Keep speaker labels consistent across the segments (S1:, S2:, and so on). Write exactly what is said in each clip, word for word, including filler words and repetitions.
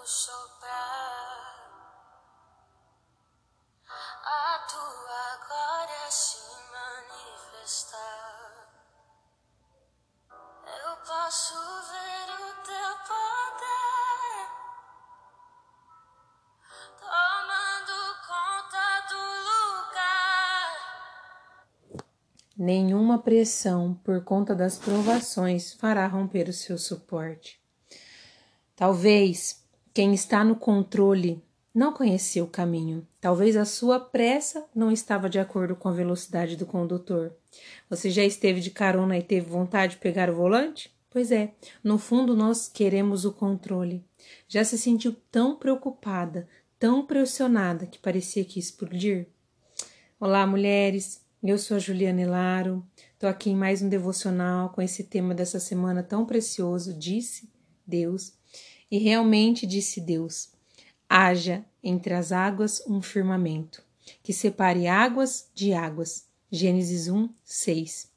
S1: soprar, a tua glória se manifestar. Eu posso ver o teu poder tomando conta do lugar.
S2: Nenhuma pressão por conta das provações fará romper o seu suporte. Talvez quem está no controle não conhecia o caminho. Talvez a sua pressa não estava de acordo com a velocidade do condutor. Você já esteve de carona e teve vontade de pegar o volante? Pois é, no fundo nós queremos o controle. Já se sentiu tão preocupada, tão pressionada que parecia que ia explodir? Olá, mulheres! Eu sou a Juliana Hilaro. Estou aqui em mais um devocional com esse tema dessa semana tão precioso. Disse Deus. E realmente disse Deus: haja entre as águas um firmamento, que separe águas de águas. Gênesis um, seis.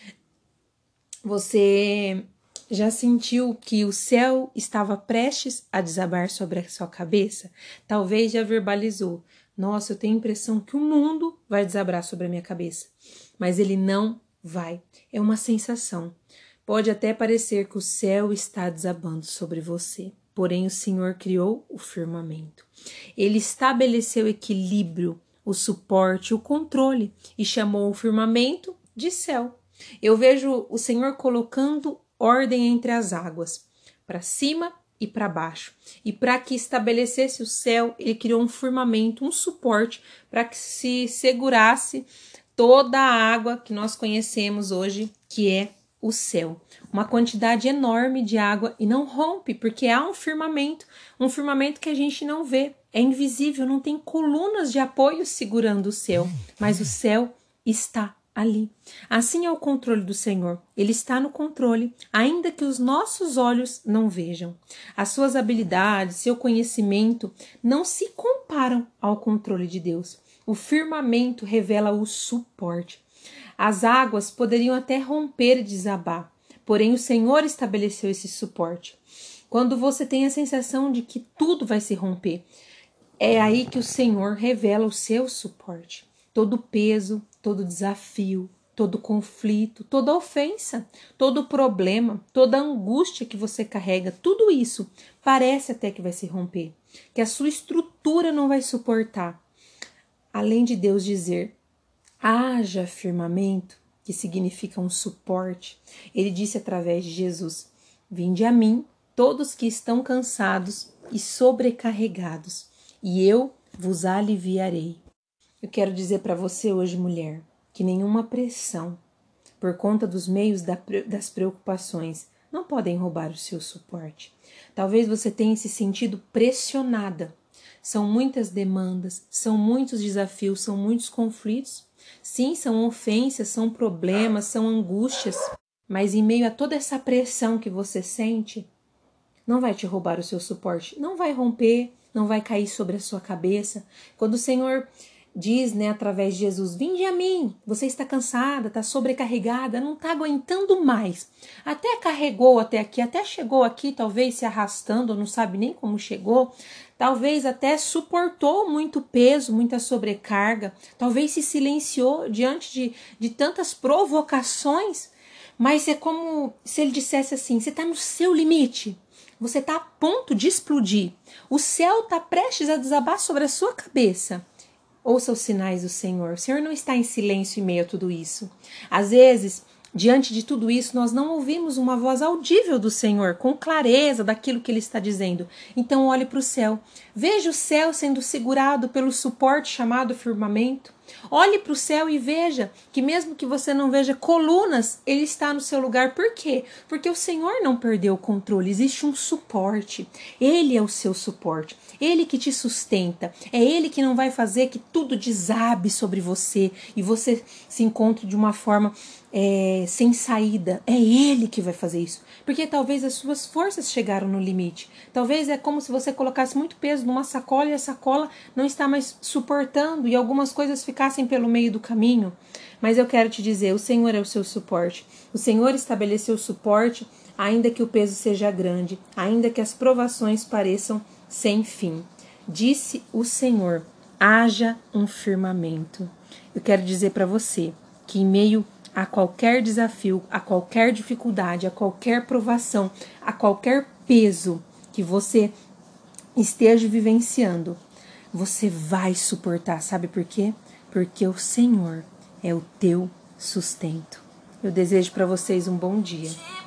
S2: Você já sentiu que o céu estava prestes a desabar sobre a sua cabeça? Talvez já verbalizou: nossa, eu tenho a impressão que o mundo vai desabar sobre a minha cabeça. Mas ele não vai. É uma sensação. Pode até parecer que o céu está desabando sobre você. Porém, o Senhor criou o firmamento. Ele estabeleceu equilíbrio, o suporte, o controle e chamou o firmamento de céu. Eu vejo o Senhor colocando ordem entre as águas, para cima e para baixo. E para que estabelecesse o céu, ele criou um firmamento, um suporte para que se segurasse toda a água que nós conhecemos hoje, que é o céu. Uma quantidade enorme de água e não rompe, porque há um firmamento, um firmamento que a gente não vê, é invisível, não tem colunas de apoio segurando o céu, mas o céu está ali. Assim é o controle do Senhor. Ele está no controle, ainda que os nossos olhos não vejam. As suas habilidades, seu conhecimento não se comparam ao controle de Deus. O firmamento revela o suporte. As águas poderiam até romper e desabar, porém o Senhor estabeleceu esse suporte. Quando você tem a sensação de que tudo vai se romper, é aí que o Senhor revela o seu suporte. Todo peso, todo desafio, todo conflito, toda ofensa, todo problema, toda angústia que você carrega, tudo isso parece até que vai se romper, que a sua estrutura não vai suportar. Além de Deus dizer: haja firmamento, que significa um suporte, ele disse através de Jesus: vinde a mim, todos que estão cansados e sobrecarregados, e eu vos aliviarei. Eu quero dizer para você hoje, mulher, que nenhuma pressão, por conta dos meios das preocupações, não podem roubar o seu suporte. Talvez você tenha se sentido pressionada. São muitas demandas, são muitos desafios, são muitos conflitos. Sim, são ofensas, são problemas, são angústias. Mas em meio a toda essa pressão que você sente, não vai te roubar o seu suporte. Não vai romper, não vai cair sobre a sua cabeça. Quando o Senhor diz, né, através de Jesus: vinde a mim, você está cansada, está sobrecarregada, não está aguentando mais. Até carregou até aqui, até chegou aqui, talvez se arrastando, não sabe nem como chegou. Talvez até suportou muito peso, muita sobrecarga. Talvez se silenciou diante de, de tantas provocações. Mas é como se ele dissesse assim: você está no seu limite. Você está a ponto de explodir. O céu está prestes a desabar sobre a sua cabeça. Ouça os sinais do Senhor. O Senhor não está em silêncio em meio a tudo isso. Às vezes, diante de tudo isso, nós não ouvimos uma voz audível do Senhor, com clareza daquilo que Ele está dizendo. Então olhe para o céu. Veja o céu sendo segurado pelo suporte chamado firmamento. Olhe para o céu e veja que mesmo que você não veja colunas, Ele está no seu lugar. Por quê? Porque o Senhor não perdeu o controle, existe um suporte. Ele é o seu suporte, Ele que te sustenta. É Ele que não vai fazer que tudo desabe sobre você e você se encontre de uma forma é, sem saída. É Ele que vai fazer isso, porque talvez as suas forças chegaram no limite. Talvez é como se você colocasse muito peso numa sacola e a sacola não está mais suportando e algumas coisas ficassem pelo meio do caminho. Mas eu quero te dizer, o Senhor é o seu suporte. O Senhor estabeleceu o suporte, ainda que o peso seja grande, ainda que as provações pareçam sem fim. Disse o Senhor: haja um firmamento. Eu quero dizer para você que em meio a qualquer desafio, a qualquer dificuldade, a qualquer provação, a qualquer peso que você esteja vivenciando, você vai suportar. Sabe por quê? Porque o Senhor é o teu sustento. Eu desejo para vocês um bom dia.